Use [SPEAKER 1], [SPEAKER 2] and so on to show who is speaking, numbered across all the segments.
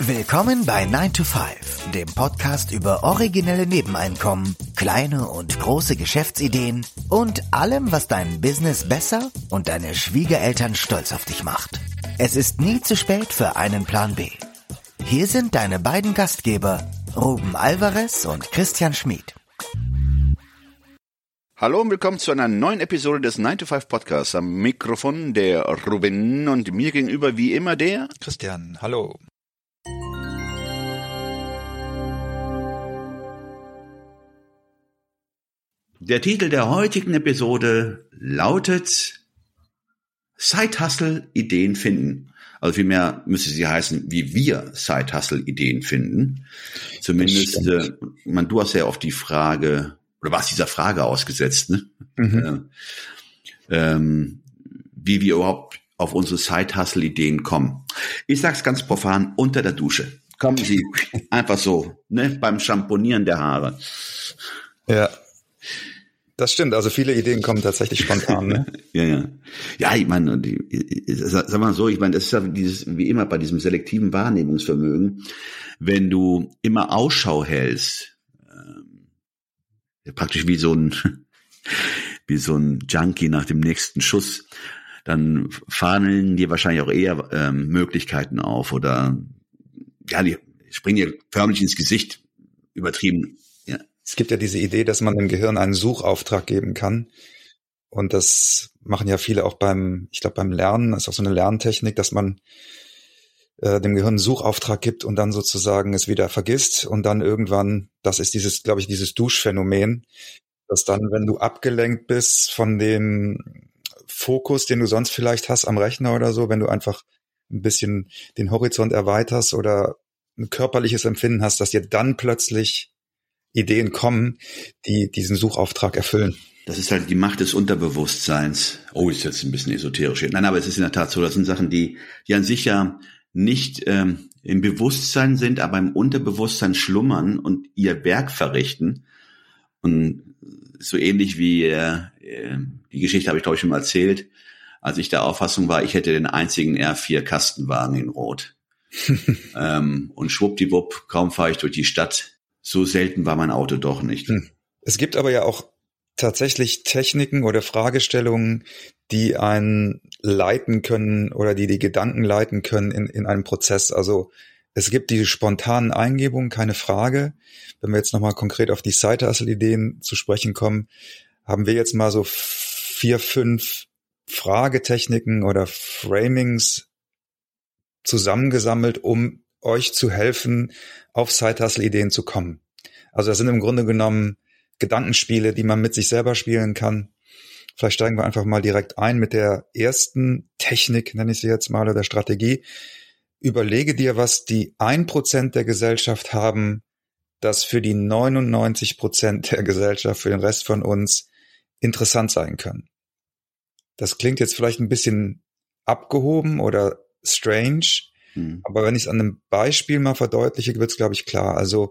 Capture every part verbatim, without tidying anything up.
[SPEAKER 1] Willkommen bei nine to five, dem Podcast über originelle Nebeneinkommen, kleine und große Geschäftsideen und allem, was dein Business besser und deine Schwiegereltern stolz auf dich macht. Es ist nie zu spät für einen Plan B. Hier sind deine beiden Gastgeber, Ruben Alvarez und Christian Schmid.
[SPEAKER 2] Hallo und willkommen zu einer neuen Episode des nine to five Podcasts. Am Mikrofon der Ruben und mir gegenüber wie immer der
[SPEAKER 3] Christian. Hallo.
[SPEAKER 2] Der Titel der heutigen Episode lautet Side-Hustle-Ideen finden. Also vielmehr müsste sie heißen, wie wir Side-Hustle-Ideen finden. Zumindest, äh, man, du hast ja oft die Frage, oder warst dieser Frage ausgesetzt, ne? Mhm. Äh, ähm, wie wir überhaupt auf unsere Side-Hustle-Ideen kommen. Ich sag's ganz profan, unter der Dusche. Kommen Sie einfach so, ne, beim Schamponieren der Haare.
[SPEAKER 3] Ja. Das stimmt, also viele Ideen kommen tatsächlich spontan, ne?
[SPEAKER 2] ja, ja. Ja, ich meine, sag mal so, ich meine, das ist ja dieses, wie immer bei diesem selektiven Wahrnehmungsvermögen, wenn du immer Ausschau hältst, äh, praktisch wie so ein, wie so ein Junkie nach dem nächsten Schuss, dann fallen dir wahrscheinlich auch eher ähm, Möglichkeiten auf oder, ja, die springen dir förmlich ins Gesicht, übertrieben, ja.
[SPEAKER 3] Es gibt ja diese Idee, dass man dem Gehirn einen Suchauftrag geben kann. Und das machen ja viele auch beim, ich glaube beim Lernen, das ist auch so eine Lerntechnik, dass man äh, dem Gehirn einen Suchauftrag gibt und dann sozusagen es wieder vergisst. Und dann irgendwann, das ist dieses, glaube ich, dieses Duschphänomen, dass dann, wenn du abgelenkt bist von dem Fokus, den du sonst vielleicht hast am Rechner oder so, wenn du einfach ein bisschen den Horizont erweiterst oder ein körperliches Empfinden hast, dass dir dann plötzlich Ideen kommen, die diesen Suchauftrag erfüllen.
[SPEAKER 2] Das ist halt die Macht des Unterbewusstseins. Oh, ist jetzt ein bisschen esoterisch. Nein, aber es ist in der Tat so, das sind Sachen, die, die an sich ja nicht ähm, im Bewusstsein sind, aber im Unterbewusstsein schlummern und ihr Werk verrichten. Und so ähnlich wie äh, die Geschichte habe ich, glaube ich, schon mal erzählt, als ich der Auffassung war, ich hätte den einzigen R vier Kastenwagen in Rot. ähm, und schwuppdiwupp, kaum fahre ich durch die Stadt. So selten war mein Auto doch nicht.
[SPEAKER 3] Es gibt aber ja auch tatsächlich Techniken oder Fragestellungen, die einen leiten können oder die die Gedanken leiten können in, in einem Prozess. Also es gibt die spontanen Eingebungen, keine Frage. Wenn wir jetzt nochmal konkret auf die Side-Hustle-Ideen zu sprechen kommen, haben wir jetzt mal so vier, fünf Fragetechniken oder Framings zusammengesammelt, um euch zu helfen, auf Side-Hustle-Ideen zu kommen. Also das sind im Grunde genommen Gedankenspiele, die man mit sich selber spielen kann. Vielleicht steigen wir einfach mal direkt ein mit der ersten Technik, nenne ich sie jetzt mal, oder Strategie. Überlege dir, was die ein Prozent der Gesellschaft haben, das für die neunundneunzig Prozent der Gesellschaft, für den Rest von uns interessant sein können. Das klingt jetzt vielleicht ein bisschen abgehoben oder strange, aber wenn ich es an einem Beispiel mal verdeutliche, wird es, glaube ich, klar. Also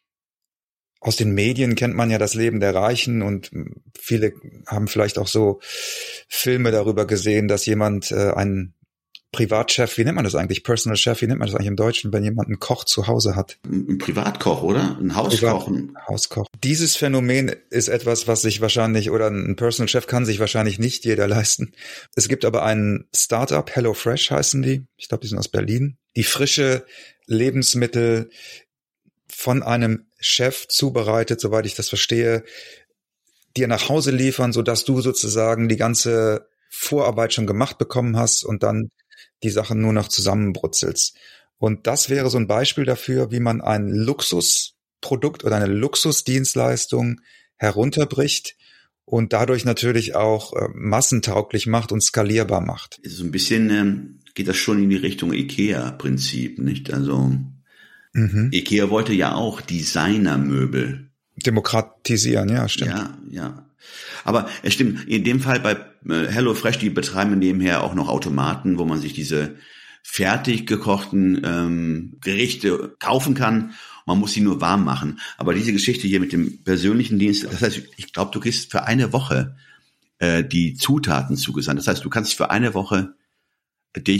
[SPEAKER 3] aus den Medien kennt man ja das Leben der Reichen und viele haben vielleicht auch so Filme darüber gesehen, dass jemand äh, einen Privatchef, wie nennt man das eigentlich? Personal Chef, wie nennt man das eigentlich im Deutschen, wenn jemand einen Koch zu Hause hat?
[SPEAKER 2] Ein Privatkoch, oder? Ein Hauskoch.
[SPEAKER 3] Ein Hauskoch. Dieses Phänomen ist etwas, was sich wahrscheinlich, oder ein Personal Chef kann sich wahrscheinlich nicht jeder leisten. Es gibt aber ein Startup, HelloFresh heißen die. Ich glaube, die sind aus Berlin. Die frische Lebensmittel von einem Chef zubereitet, soweit ich das verstehe, dir nach Hause liefern, sodass du sozusagen die ganze Vorarbeit schon gemacht bekommen hast und dann die Sachen nur noch zusammenbrutzelst. Und das wäre so ein Beispiel dafür, wie man ein Luxusprodukt oder eine Luxusdienstleistung herunterbricht und dadurch natürlich auch äh, massentauglich macht und skalierbar macht.
[SPEAKER 2] So ein bisschen ähm, geht das schon in die Richtung IKEA-Prinzip, nicht? Also mhm. IKEA wollte ja auch Designermöbel
[SPEAKER 3] demokratisieren, ja, stimmt.
[SPEAKER 2] Ja, ja. Aber es stimmt, in dem Fall bei äh, HelloFresh, die betreiben nebenher auch noch Automaten, wo man sich diese fertig gekochten ähm, Gerichte kaufen kann. Man muss sie nur warm machen. Aber diese Geschichte hier mit dem persönlichen Dienst, das heißt, ich glaube, du kriegst für eine Woche äh, die Zutaten zugesandt. Das heißt, du kannst für eine Woche dich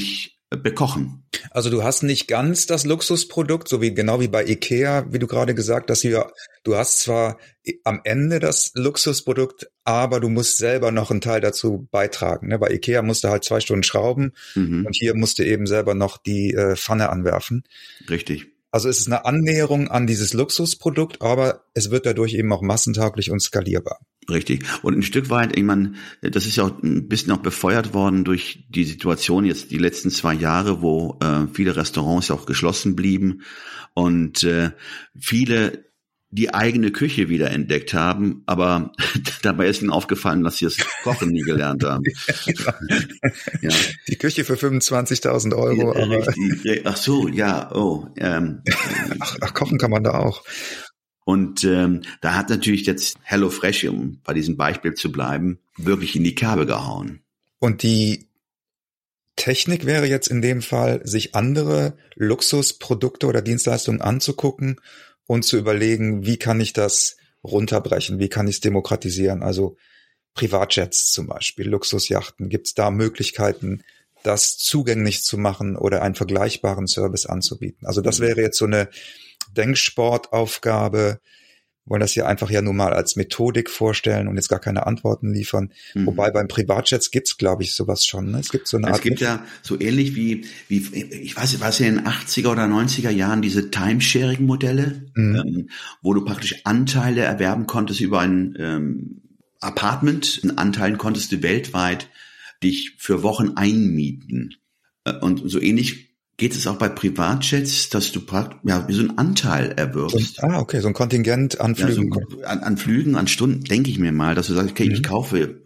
[SPEAKER 2] bekochen.
[SPEAKER 3] Also du hast nicht ganz das Luxusprodukt, so wie genau wie bei Ikea, wie du gerade gesagt hast, hier, du hast zwar am Ende das Luxusprodukt, aber du musst selber noch einen Teil dazu beitragen. Ne? Bei Ikea musst du halt zwei Stunden schrauben mhm. und hier musst du eben selber noch die äh, Pfanne anwerfen.
[SPEAKER 2] Richtig.
[SPEAKER 3] Also es ist eine Annäherung an dieses Luxusprodukt, aber es wird dadurch eben auch massentauglich und skalierbar.
[SPEAKER 2] Richtig. Und ein Stück weit, ich meine, das ist ja auch ein bisschen auch befeuert worden durch die Situation jetzt die letzten zwei Jahre, wo äh, viele Restaurants ja auch geschlossen blieben und äh, viele die eigene Küche wieder entdeckt haben, aber dabei ist ihnen aufgefallen, dass sie das Kochen nie gelernt haben.
[SPEAKER 3] Ja. Die Küche für fünfundzwanzigtausend Euro.
[SPEAKER 2] Ja,
[SPEAKER 3] aber
[SPEAKER 2] richtig. Ach so, ja, oh. Ähm,
[SPEAKER 3] ach, ach, kochen kann man da auch.
[SPEAKER 2] Und ähm, da hat natürlich jetzt HelloFresh, um bei diesem Beispiel zu bleiben, wirklich in die Kerbe gehauen.
[SPEAKER 3] Und die Technik wäre jetzt in dem Fall, sich andere Luxusprodukte oder Dienstleistungen anzugucken und zu überlegen, wie kann ich das runterbrechen, wie kann ich es demokratisieren, also Privatjets zum Beispiel, Luxusjachten, gibt es da Möglichkeiten, das zugänglich zu machen oder einen vergleichbaren Service anzubieten? Also das wäre jetzt so eine Denksportaufgabe, wollen das hier einfach ja nur mal als Methodik vorstellen und jetzt gar keine Antworten liefern. Mhm. Wobei beim Privatjets gibt's, glaube ich, sowas schon. Ne? Es gibt so eine Art.
[SPEAKER 2] Es gibt ja so ähnlich wie, wie ich weiß nicht, war es ja in den achtziger oder neunziger Jahren diese Timesharing-Modelle, mhm. ähm, wo du praktisch Anteile erwerben konntest über ein ähm, Apartment. In Anteilen konntest du weltweit dich für Wochen einmieten. Und so ähnlich geht es auch bei Privatjets, dass du praktisch ja, so einen Anteil erwirbst.
[SPEAKER 3] So, ah, okay, so ein Kontingent an Flügen.
[SPEAKER 2] Ja, so an, an Flügen, an Stunden, denke ich mir mal, dass du sagst, okay, mhm. ich kaufe,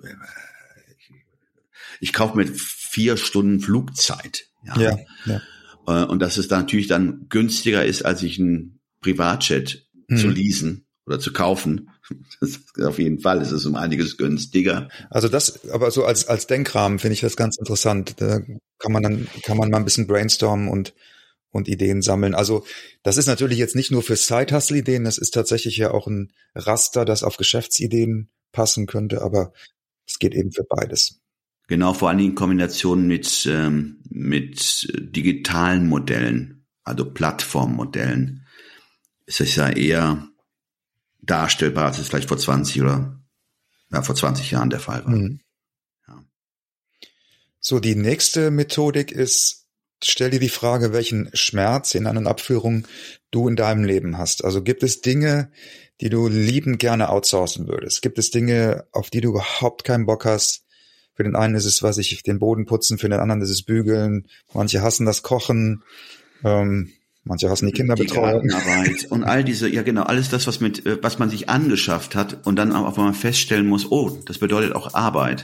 [SPEAKER 2] ich kaufe mit vier Stunden Flugzeit. Ja,
[SPEAKER 3] ja, ja.
[SPEAKER 2] Und dass es da natürlich dann günstiger ist, als sich ein Privatjet mhm. zu leasen oder zu kaufen. Das ist auf jeden Fall ist es um einiges günstiger.
[SPEAKER 3] Also das, aber so als als Denkrahmen finde ich das ganz interessant. Da kann man dann kann man mal ein bisschen brainstormen und und Ideen sammeln. Also das ist natürlich jetzt nicht nur für Side-Hustle-Ideen, das ist tatsächlich ja auch ein Raster, das auf Geschäftsideen passen könnte, aber es geht eben für beides.
[SPEAKER 2] Genau, vor allen Dingen in Kombination mit ähm, mit digitalen Modellen, also Plattformmodellen. Es ist ja eher darstellbar, als es vielleicht vor zwanzig oder ja, vor zwanzig Jahren der Fall war. Mhm. Ja.
[SPEAKER 3] So, die nächste Methodik ist, stell dir die Frage, welchen Schmerz in einer Abführung du in deinem Leben hast. Also gibt es Dinge, die du liebend gerne outsourcen würdest? Gibt es Dinge, auf die du überhaupt keinen Bock hast? Für den einen ist es, was ich, den Boden putzen, für den anderen ist es bügeln. Manche hassen das Kochen. Ähm, Manche hassen die Kinderbetreuung.
[SPEAKER 2] Die Gartenarbeit und all diese, ja genau, alles das, was mit, was man sich angeschafft hat und dann auch auf einmal feststellen muss, oh, das bedeutet auch Arbeit.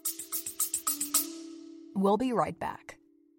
[SPEAKER 4] We'll be right back.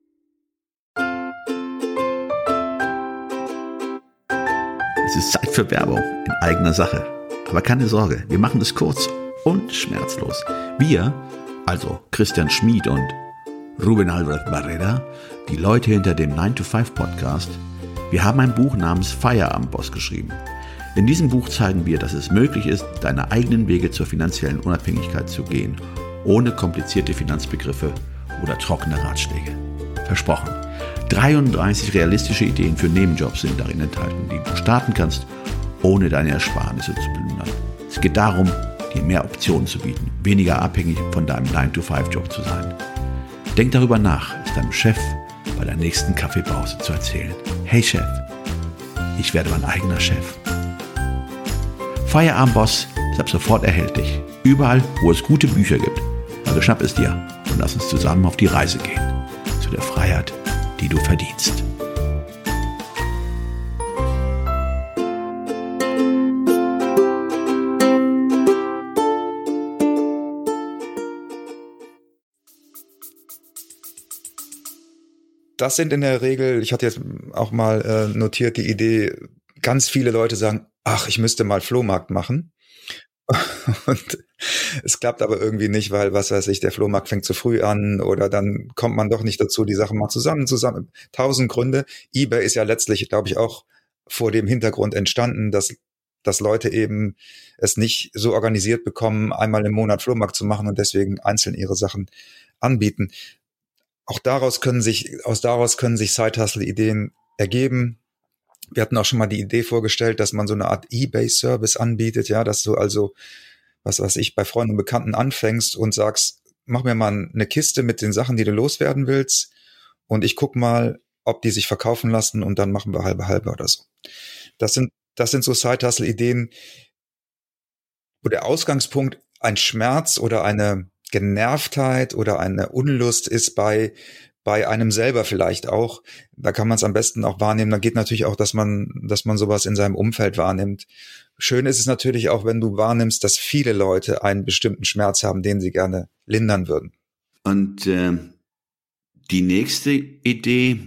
[SPEAKER 2] Es ist Zeit für Werbung in eigener Sache. Aber keine Sorge, wir machen es kurz und schmerzlos. Wir, also Christian Schmid und Rubén Albert Barrera, die Leute hinter dem nine to five Podcast, wir haben ein Buch namens Feierabendboss geschrieben. In diesem Buch zeigen wir, dass es möglich ist, deine eigenen Wege zur finanziellen Unabhängigkeit zu gehen, ohne komplizierte Finanzbegriffe oder trockene Ratschläge. Versprochen. dreiunddreißig realistische Ideen für Nebenjobs sind darin enthalten, die du starten kannst, ohne deine Ersparnisse zu plündern. Es geht darum, dir mehr Optionen zu bieten, weniger abhängig von deinem nine to five Job zu sein. Denk darüber nach, es deinem Chef bei der nächsten Kaffeepause zu erzählen. Hey Chef, ich werde mein eigener Chef. Feierabendboss ist ab sofort erhältlich. Überall, wo es gute Bücher gibt. Also schnapp es dir und lass uns zusammen auf die Reise gehen. Zu der Freiheit, die du verdienst.
[SPEAKER 3] Das sind in der Regel, ich hatte jetzt auch mal äh, notiert die Idee, ganz viele Leute sagen, ach, ich müsste mal Flohmarkt machen. Und es klappt aber irgendwie nicht, weil, was weiß ich, der Flohmarkt fängt zu früh an oder dann kommt man doch nicht dazu, die Sachen mal zusammen, zusammen. Tausend Gründe. eBay ist ja letztlich, glaube ich, auch vor dem Hintergrund entstanden, dass, dass Leute eben es nicht so organisiert bekommen, einmal im Monat Flohmarkt zu machen und deswegen einzeln ihre Sachen anbieten. auch daraus können sich, aus daraus können sich Side-Hustle-Ideen ergeben. Wir hatten auch schon mal die Idee vorgestellt, dass man so eine Art eBay-Service anbietet, ja, dass du also, was weiß ich, bei Freunden und Bekannten anfängst und sagst, mach mir mal eine Kiste mit den Sachen, die du loswerden willst, und ich guck mal, ob die sich verkaufen lassen, und dann machen wir halbe halbe oder so. Das sind, das sind so Side-Hustle-Ideen, wo der Ausgangspunkt ein Schmerz oder eine Genervtheit oder eine Unlust ist bei bei einem selber vielleicht auch. Da kann man es am besten auch wahrnehmen. Da geht natürlich auch, dass man dass man sowas in seinem Umfeld wahrnimmt. Schön ist es natürlich auch, wenn du wahrnimmst, dass viele Leute einen bestimmten Schmerz haben, den sie gerne lindern würden.
[SPEAKER 2] Und äh, die nächste Idee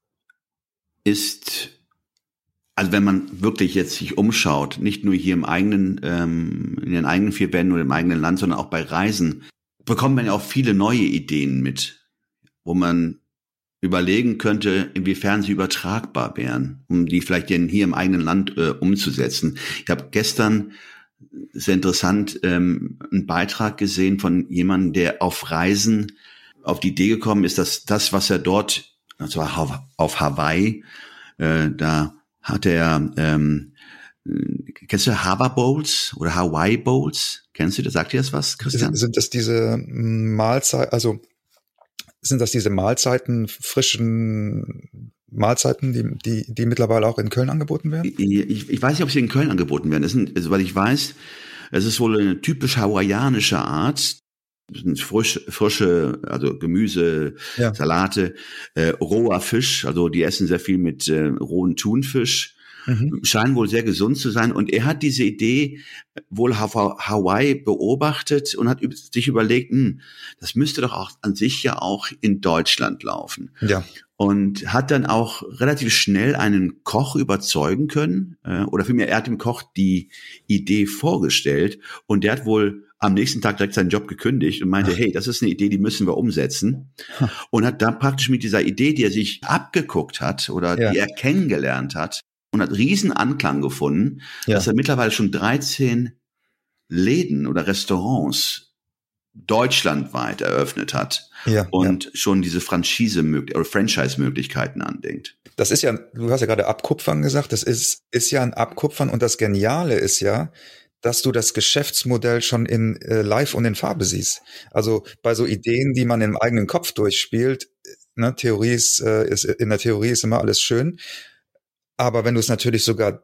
[SPEAKER 2] ist, also wenn man wirklich jetzt sich umschaut, nicht nur hier im eigenen, ähm, in den eigenen vier Wänden oder im eigenen Land, sondern auch bei Reisen, bekommt man ja auch viele neue Ideen mit, wo man überlegen könnte, inwiefern sie übertragbar wären, um die vielleicht hier im eigenen Land äh, umzusetzen. Ich habe gestern, sehr interessant, ähm, einen Beitrag gesehen von jemandem, der auf Reisen auf die Idee gekommen ist, dass das, was er dort, also auf Hawaii, äh, da hat er, ähm, kennst du Hava Bowls oder Hawaii Bowls? Kennst du das? Sagt dir das was, Christian?
[SPEAKER 3] Sind, sind das diese Mahlzeiten, also sind das diese Mahlzeiten, frischen Mahlzeiten, die, die, die mittlerweile auch in Köln angeboten werden?
[SPEAKER 2] Ich, ich weiß nicht, ob sie in Köln angeboten werden. Das sind, also, weil ich weiß, es ist wohl eine typisch hawaiianische Art. Das sind frisch, frische, also Gemüse, ja. Salate, äh, roher Fisch. Also die essen sehr viel mit äh, rohen Thunfisch. Mhm. Scheinen wohl sehr gesund zu sein. Und er hat diese Idee wohl auf Hawaii beobachtet und hat sich überlegt, hm, das müsste doch auch an sich ja auch in Deutschland laufen.
[SPEAKER 3] Ja.
[SPEAKER 2] Und hat dann auch relativ schnell einen Koch überzeugen können, äh, oder vielmehr, er hat dem Koch die Idee vorgestellt, und der hat wohl am nächsten Tag direkt seinen Job gekündigt und meinte, hey, das ist eine Idee, die müssen wir umsetzen. Und hat dann praktisch mit dieser Idee, die er sich abgeguckt hat oder ja. die er kennengelernt hat, und hat riesen Anklang gefunden, ja. dass er mittlerweile schon dreizehn Läden oder Restaurants deutschlandweit eröffnet hat ja, und ja. schon diese Franchise oder Franchise-Möglichkeiten andenkt.
[SPEAKER 3] Das ist ja, du hast ja gerade Abkupfern gesagt, das ist, ist ja ein Abkupfern, und das Geniale ist ja, dass du das Geschäftsmodell schon in äh, live und in Farbe siehst. Also bei so Ideen, die man im eigenen Kopf durchspielt, ne, Theorie ist, äh, ist, in der Theorie ist immer alles schön. Aber wenn du es natürlich sogar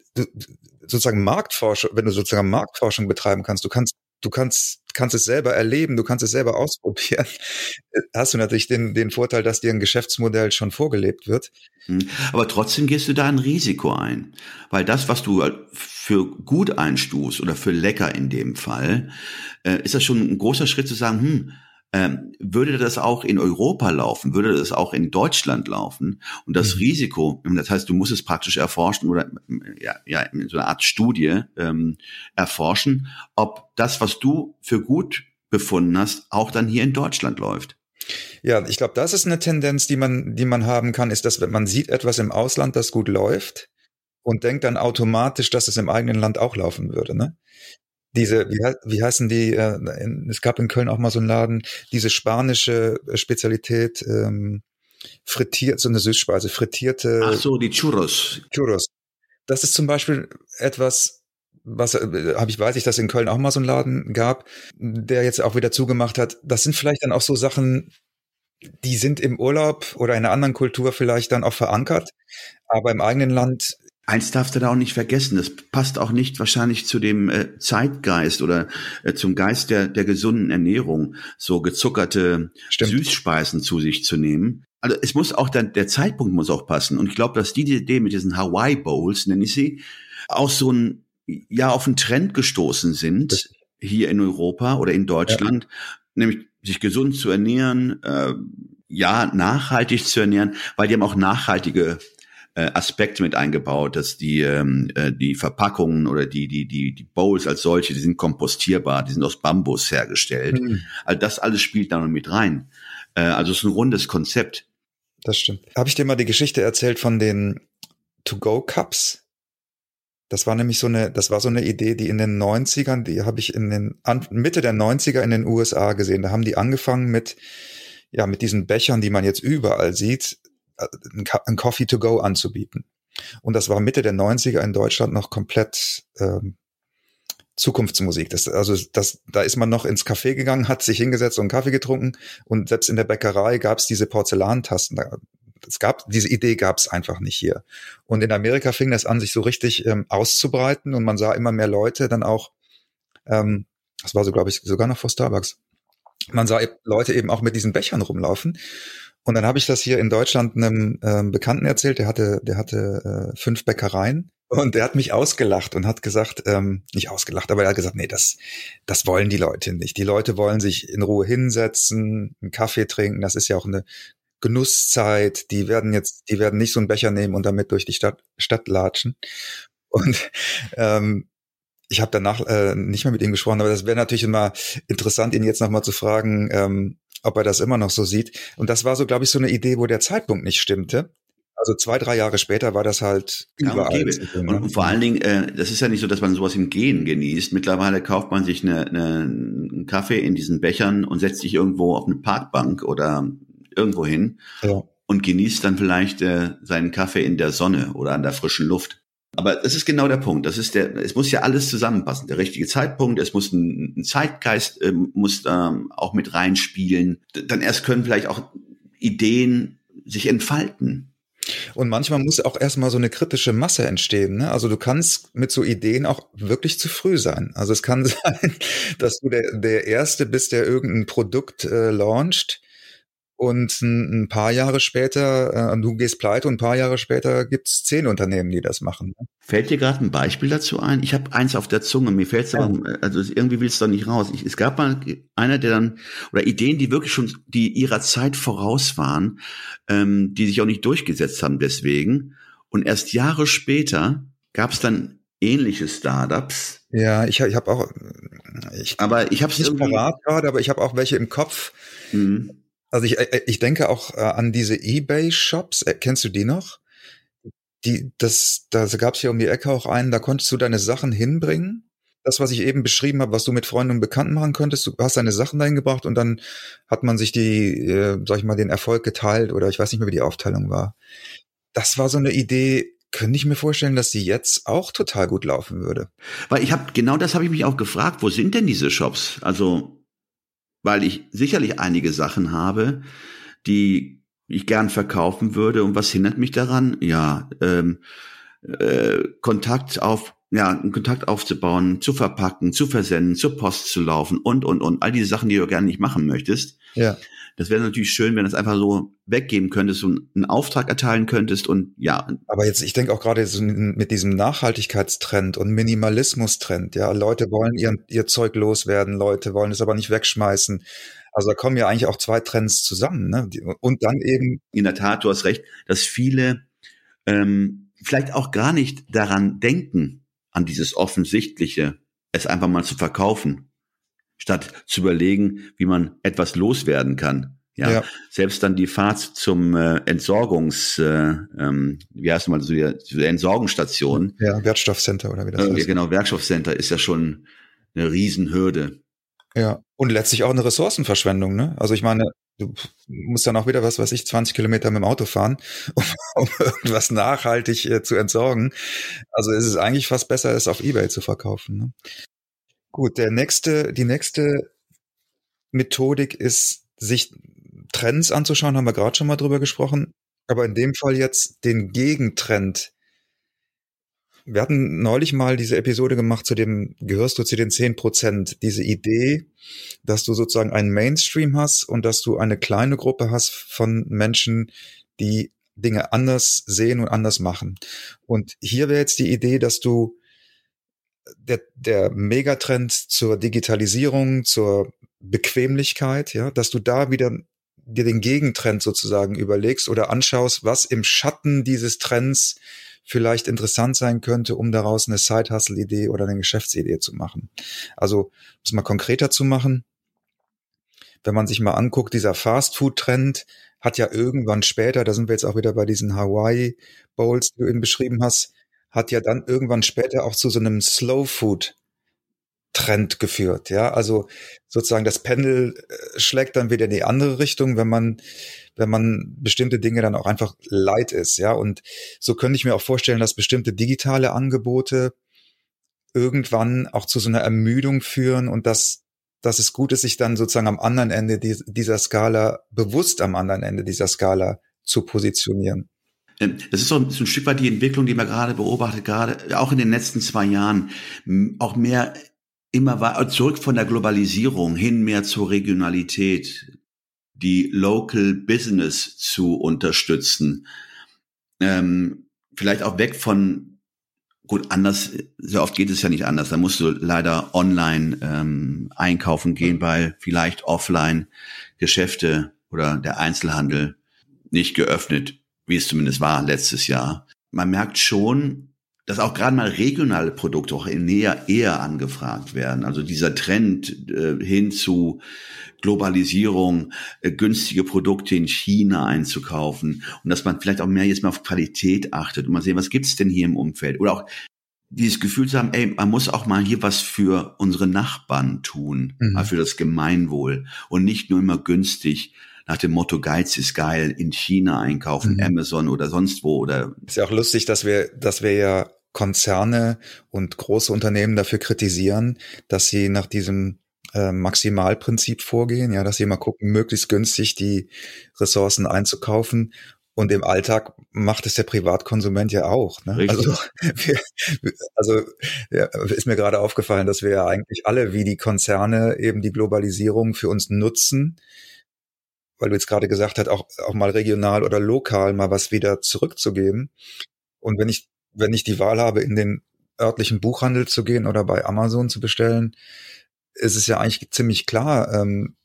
[SPEAKER 3] sozusagen Marktforschung, wenn du sozusagen Marktforschung betreiben kannst, du kannst, du kannst, kannst es selber erleben, du kannst es selber ausprobieren, hast du natürlich den, den Vorteil, dass dir ein Geschäftsmodell schon vorgelebt wird.
[SPEAKER 2] Aber trotzdem gehst du da ein Risiko ein, weil das, was du für gut einstufst oder für lecker in dem Fall, äh, ist das schon ein großer Schritt zu sagen, hm, Ähm, würde das auch in Europa laufen, würde das auch in Deutschland laufen, und das mhm. Risiko, das heißt, du musst es praktisch erforschen oder ja, ja in so einer Art Studie ähm, erforschen, ob das, was du für gut befunden hast, auch dann hier in Deutschland läuft.
[SPEAKER 3] Ja, ich glaube, das ist eine Tendenz, die man, die man haben kann, ist, dass man sieht etwas im Ausland, das gut läuft, und denkt dann automatisch, dass es im eigenen Land auch laufen würde, ne? Diese, wie, wie heißen die, äh, in, es gab in Köln auch mal so einen Laden, diese spanische Spezialität, ähm, frittiert, so eine Süßspeise, frittierte.
[SPEAKER 2] Ach so, die Churros.
[SPEAKER 3] Churros. Das ist zum Beispiel etwas, was, äh, hab ich, weiß ich, dass in Köln auch mal so einen Laden gab, der jetzt auch wieder zugemacht hat. Das sind vielleicht dann auch so Sachen, die sind im Urlaub oder in einer anderen Kultur vielleicht dann auch verankert, aber im eigenen Land.
[SPEAKER 2] Eins darfst du da auch nicht vergessen, das passt auch nicht wahrscheinlich zu dem äh, Zeitgeist oder äh, zum Geist der, der gesunden Ernährung, so gezuckerte Stimmt. Süßspeisen zu sich zu nehmen. Also es muss auch dann, der Zeitpunkt muss auch passen. Und ich glaube, dass die Idee mit diesen Hawaii Bowls, nenne ich sie, auch so ein, ja, auf einen Trend gestoßen sind, das hier in Europa oder in Deutschland, ja. nämlich sich gesund zu ernähren, äh, ja, nachhaltig zu ernähren, weil die haben auch nachhaltige Aspekte mit eingebaut, dass die ähm, die Verpackungen oder die die die die Bowls als solche, die sind kompostierbar, die sind aus Bambus hergestellt. Mhm. Also das alles spielt da noch mit rein. Äh, also es ist ein rundes Konzept.
[SPEAKER 3] Das stimmt. Habe ich dir mal die Geschichte erzählt von den To-Go-Cups? Das war nämlich so eine, das war so eine Idee, die in den neunzigern, die habe ich in den Mitte der neunziger in den U S A gesehen. Da haben die angefangen mit ja, mit diesen Bechern, die man jetzt überall sieht, ein, ein Coffee to go anzubieten. Und das war Mitte der neunziger in Deutschland noch komplett ähm, Zukunftsmusik. Das, also das, da ist man noch ins Café gegangen, hat sich hingesetzt und einen Kaffee getrunken und selbst in der Bäckerei gab es diese Porzellantasten. Es gab diese Idee gab es einfach nicht hier. Und in Amerika fing das an, sich so richtig ähm, auszubreiten und man sah immer mehr Leute dann auch. Ähm, das war so, glaube ich, sogar noch vor Starbucks. Man sah Leute eben auch mit diesen Bechern rumlaufen. Und dann habe ich das hier in Deutschland einem ähm, Bekannten erzählt, der hatte, der hatte äh, fünf Bäckereien und der hat mich ausgelacht und hat gesagt, ähm, nicht ausgelacht, aber er hat gesagt, nee, das, das wollen die Leute nicht. Die Leute wollen sich in Ruhe hinsetzen, einen Kaffee trinken, das ist ja auch eine Genusszeit. Die werden jetzt, die werden nicht so einen Becher nehmen und damit durch die Stadt, Stadt latschen. Und ähm, ich habe danach äh, nicht mehr mit ihm gesprochen, aber das wäre natürlich immer interessant, ihn jetzt nochmal zu fragen, ähm, ob er das immer noch so sieht. Und das war so, glaube ich, so eine Idee, wo der Zeitpunkt nicht stimmte. Also zwei, drei Jahre später war das halt überall.
[SPEAKER 2] Und, und vor allen Dingen, äh, das ist ja nicht so, dass man sowas im Gehen genießt. Mittlerweile kauft man sich eine, eine, einen Kaffee in diesen Bechern und setzt sich irgendwo auf eine Parkbank oder irgendwo hin, ja, und genießt dann vielleicht äh, seinen Kaffee in der Sonne oder an der frischen Luft. Aber das ist genau der Punkt. Das ist der, es muss ja alles zusammenpassen. Der richtige Zeitpunkt, es muss ein, ein Zeitgeist, äh, muss ähm, auch mit reinspielen. Dann erst können vielleicht auch Ideen sich entfalten.
[SPEAKER 3] Und manchmal muss auch erstmal so eine kritische Masse entstehen, ne? Also du kannst mit so Ideen auch wirklich zu früh sein. Also es kann sein, dass du der, der Erste bist, der irgendein Produkt äh, launcht. Und ein, ein paar Jahre später, äh, du gehst pleite und ein paar Jahre später gibt's zehn Unternehmen, die das machen.
[SPEAKER 2] Fällt dir gerade ein Beispiel dazu ein? Ich habe eins auf der Zunge, mir fällt's ja. aber, also irgendwie will's doch nicht raus. Ich, es gab mal einer, der dann, oder Ideen, die wirklich schon, die ihrer Zeit voraus waren, ähm, die sich auch nicht durchgesetzt haben deswegen. Und erst Jahre später gab's dann ähnliche Startups.
[SPEAKER 3] Ja, ich, ich habe auch, ich,
[SPEAKER 2] aber ich habe es
[SPEAKER 3] nicht parat gerade, aber ich habe auch welche im Kopf. Mhm. Also ich, ich denke auch äh, an diese eBay-Shops. Äh, kennst du die noch? Die, das, da gab es hier um die Ecke auch einen, da konntest du deine Sachen hinbringen. Das, was ich eben beschrieben habe, was du mit Freunden und Bekannten machen könntest, du hast deine Sachen dahin gebracht und dann hat man sich die, äh, sag ich mal, den Erfolg geteilt oder ich weiß nicht mehr, wie die Aufteilung war. Das war so eine Idee, könnte ich mir vorstellen, dass die jetzt auch total gut laufen würde.
[SPEAKER 2] Weil ich habe, genau das habe ich mich auch gefragt, wo sind denn diese Shops? Also weil ich sicherlich einige Sachen habe, die ich gern verkaufen würde. Und was hindert mich daran? Ja, ähm, äh, Kontakt auf, ja, einen Kontakt aufzubauen, zu verpacken, zu versenden, zur Post zu laufen und, und, und. All diese Sachen, die du gerne nicht machen möchtest.
[SPEAKER 3] Ja.
[SPEAKER 2] Das wäre natürlich schön, wenn du es einfach so weggeben könntest und einen Auftrag erteilen könntest und ja.
[SPEAKER 3] Aber jetzt, ich denke auch gerade so mit diesem Nachhaltigkeitstrend und Minimalismus-Trend, ja, Leute wollen ihr, ihr Zeug loswerden, Leute wollen es aber nicht wegschmeißen. Also da kommen ja eigentlich auch zwei Trends zusammen, ne? Und dann eben.
[SPEAKER 2] In der Tat, du hast recht, dass viele ähm, vielleicht auch gar nicht daran denken, an dieses Offensichtliche, es einfach mal zu verkaufen, statt zu überlegen, wie man etwas loswerden kann. Ja, ja. Selbst dann die Fahrt zum äh, Entsorgungs, äh, ähm, wie heißt mal so die, die Entsorgungsstation.
[SPEAKER 3] Ja, Wertstoffcenter oder wie das
[SPEAKER 2] äh,
[SPEAKER 3] heißt.
[SPEAKER 2] Genau, Wertstoffcenter ist ja schon eine Riesenhürde.
[SPEAKER 3] Ja, und letztlich auch eine Ressourcenverschwendung, ne? Also ich meine, du musst dann auch wieder, was weiß ich, zwanzig Kilometer mit dem Auto fahren, um, um irgendwas nachhaltig äh, zu entsorgen. Also ist es eigentlich fast besser, es auf eBay zu verkaufen, ne? Gut, der nächste, die nächste Methodik ist, sich Trends anzuschauen, haben wir gerade schon mal drüber gesprochen, aber in dem Fall jetzt den Gegentrend. Wir hatten neulich mal diese Episode gemacht zu dem, gehörst du zu den zehn Prozent, diese Idee, dass du sozusagen einen Mainstream hast und dass du eine kleine Gruppe hast von Menschen, die Dinge anders sehen und anders machen. Und hier wäre jetzt die Idee, dass du Der, der Megatrend zur Digitalisierung, zur Bequemlichkeit, ja, dass du da wieder dir den Gegentrend sozusagen überlegst oder anschaust, was im Schatten dieses Trends vielleicht interessant sein könnte, um daraus eine Side-Hustle-Idee oder eine Geschäftsidee zu machen. Also, um es mal konkreter zu machen, wenn man sich mal anguckt, dieser Fast-Food-Trend hat ja irgendwann später, da sind wir jetzt auch wieder bei diesen Hawaii-Bowls, die du eben beschrieben hast, hat ja dann irgendwann später auch zu so einem Slow-Food-Trend Trend geführt, ja, also sozusagen das Pendel schlägt dann wieder in die andere Richtung, wenn man wenn man bestimmte Dinge dann auch einfach leid ist, ja, und so könnte ich mir auch vorstellen, dass bestimmte digitale Angebote irgendwann auch zu so einer Ermüdung führen und dass dass es gut ist, sich dann sozusagen am anderen Ende dieser Skala, bewusst am anderen Ende dieser Skala zu positionieren.
[SPEAKER 2] Das ist so ein, so ein Stück weit die Entwicklung, die man gerade beobachtet, gerade auch in den letzten zwei Jahren, auch mehr immer war, zurück von der Globalisierung hin mehr zur Regionalität, die Local Business zu unterstützen. Ähm, vielleicht auch weg von, gut, anders, sehr oft geht es ja nicht anders, da musst du leider online ähm, einkaufen gehen, weil vielleicht offline Geschäfte oder der Einzelhandel nicht geöffnet, wie es zumindest war letztes Jahr. Man merkt schon, dass auch gerade mal regionale Produkte auch näher eher angefragt werden. Also dieser Trend äh, hin zu Globalisierung, äh, günstige Produkte in China einzukaufen und dass man vielleicht auch mehr jetzt mal auf Qualität achtet und mal sehen, was gibt's denn hier im Umfeld? Oder auch dieses Gefühl zu haben, ey, man muss auch mal hier was für unsere Nachbarn tun, mhm. mal für das Gemeinwohl und nicht nur immer günstig nach dem Motto Geiz ist geil in China einkaufen, mhm. Amazon oder sonst wo oder.
[SPEAKER 3] Ist ja auch lustig, dass wir, dass wir ja Konzerne und große Unternehmen dafür kritisieren, dass sie nach diesem äh, Maximalprinzip vorgehen, ja, dass sie immer gucken, möglichst günstig die Ressourcen einzukaufen. Und im Alltag macht es der Privatkonsument ja auch. Ne?
[SPEAKER 2] Richtig.
[SPEAKER 3] Also, wir, also ja, ist mir gerade aufgefallen, dass wir ja eigentlich alle wie die Konzerne eben die Globalisierung für uns nutzen, weil du jetzt gerade gesagt hast, auch, auch mal regional oder lokal mal was wieder zurückzugeben. Und wenn ich, wenn ich die Wahl habe, in den örtlichen Buchhandel zu gehen oder bei Amazon zu bestellen, ist es ja eigentlich ziemlich klar, ähm,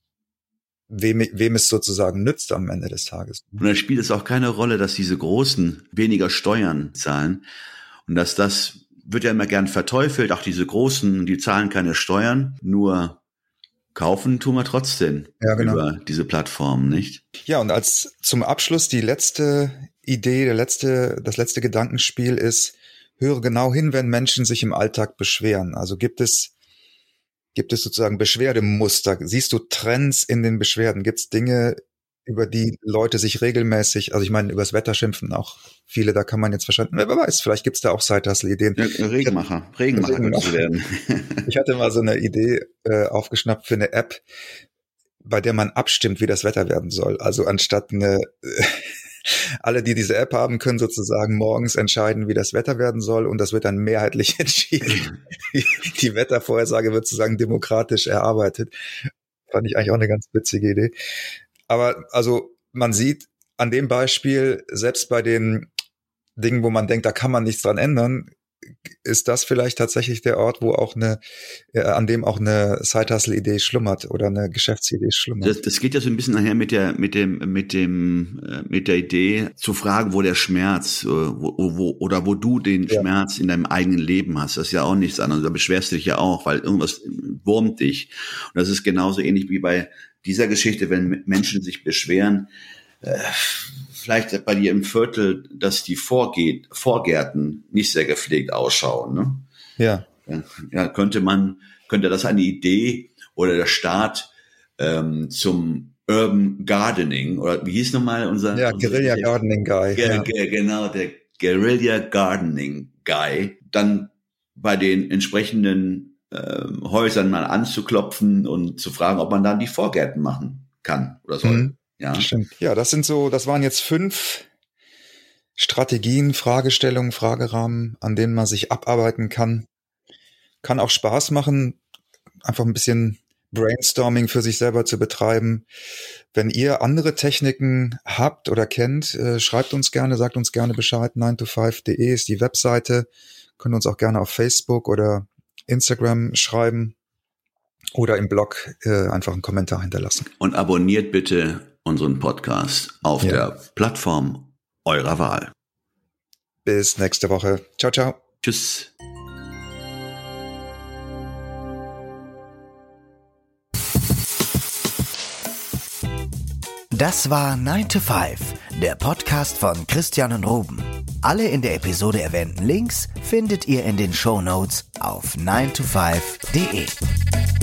[SPEAKER 3] wem, wem es sozusagen nützt am Ende des Tages.
[SPEAKER 2] Und dann spielt es auch keine Rolle, dass diese Großen weniger Steuern zahlen. Und dass das wird ja immer gern verteufelt, auch diese Großen, die zahlen keine Steuern, nur kaufen tun wir trotzdem
[SPEAKER 3] ja, genau.
[SPEAKER 2] über diese Plattformen, nicht?
[SPEAKER 3] Ja, und als zum Abschluss die letzte Idee, der letzte, das letzte Gedankenspiel ist, höre genau hin, wenn Menschen sich im Alltag beschweren. Also gibt es, gibt es sozusagen Beschwerdemuster? Siehst du Trends in den Beschwerden? Gibt es Dinge, über die Leute sich regelmäßig, also ich meine, übers Wetter schimpfen auch viele, da kann man jetzt wahrscheinlich, wer weiß, vielleicht gibt's da auch Side-Hustle-Ideen.
[SPEAKER 2] Ja, Regenmacher, Regenmacher kannst du werden.
[SPEAKER 3] Ich hatte mal so eine Idee äh, aufgeschnappt für eine App, bei der man abstimmt, wie das Wetter werden soll. Also anstatt eine, äh, alle, die diese App haben, können sozusagen morgens entscheiden, wie das Wetter werden soll und das wird dann mehrheitlich entschieden. Die Wettervorhersage wird sozusagen demokratisch erarbeitet. Fand ich eigentlich auch eine ganz witzige Idee. Aber also man sieht an dem Beispiel, selbst bei den Dingen, wo man denkt, da kann man nichts dran ändern, ist das vielleicht tatsächlich der Ort, wo auch eine, äh, an dem auch eine Side-Hustle-Idee schlummert oder eine Geschäftsidee schlummert.
[SPEAKER 2] Das, das geht ja so ein bisschen nachher mit der, mit dem, mit dem, äh, mit der Idee zu fragen, wo der Schmerz, äh, wo, wo, oder wo du den ja. Schmerz in deinem eigenen Leben hast. Das ist ja auch nichts anderes. Da beschwerst du dich ja auch, weil irgendwas wurmt dich. Und das ist genauso ähnlich wie bei dieser Geschichte, wenn Menschen sich beschweren, äh, vielleicht bei dir im Viertel, dass die Vorgeht, Vorgärten nicht sehr gepflegt ausschauen. Ne?
[SPEAKER 3] Ja.
[SPEAKER 2] Ja, könnte man, könnte das eine Idee oder der Start ähm, zum Urban Gardening oder wie hieß nochmal unser?
[SPEAKER 3] Ja,
[SPEAKER 2] unser
[SPEAKER 3] Guerilla
[SPEAKER 2] der,
[SPEAKER 3] Gardening Guy.
[SPEAKER 2] Ge,
[SPEAKER 3] ja.
[SPEAKER 2] ge, genau, der Guerilla Gardening Guy. Dann bei den entsprechenden ähm, Häusern mal anzuklopfen und zu fragen, ob man dann die Vorgärten machen kann oder soll.
[SPEAKER 3] Mhm.
[SPEAKER 2] Ja.
[SPEAKER 3] Stimmt. Ja, das sind so, das waren jetzt fünf Strategien, Fragestellungen, Fragerahmen, an denen man sich abarbeiten kann. Kann auch Spaß machen, einfach ein bisschen Brainstorming für sich selber zu betreiben. Wenn ihr andere Techniken habt oder kennt, äh, schreibt uns gerne, sagt uns gerne Bescheid. nine to five punkt de ist die Webseite. Könnt uns auch gerne auf Facebook oder Instagram schreiben oder im Blog äh, einfach einen Kommentar hinterlassen.
[SPEAKER 2] Und abonniert bitte unseren Podcast auf ja. der Plattform eurer Wahl.
[SPEAKER 3] Bis nächste Woche. Ciao, ciao.
[SPEAKER 2] Tschüss.
[SPEAKER 1] Das war nine to five, der Podcast von Christian und Ruben. Alle in der Episode erwähnten Links findet ihr in den Shownotes auf nine to five punkt de.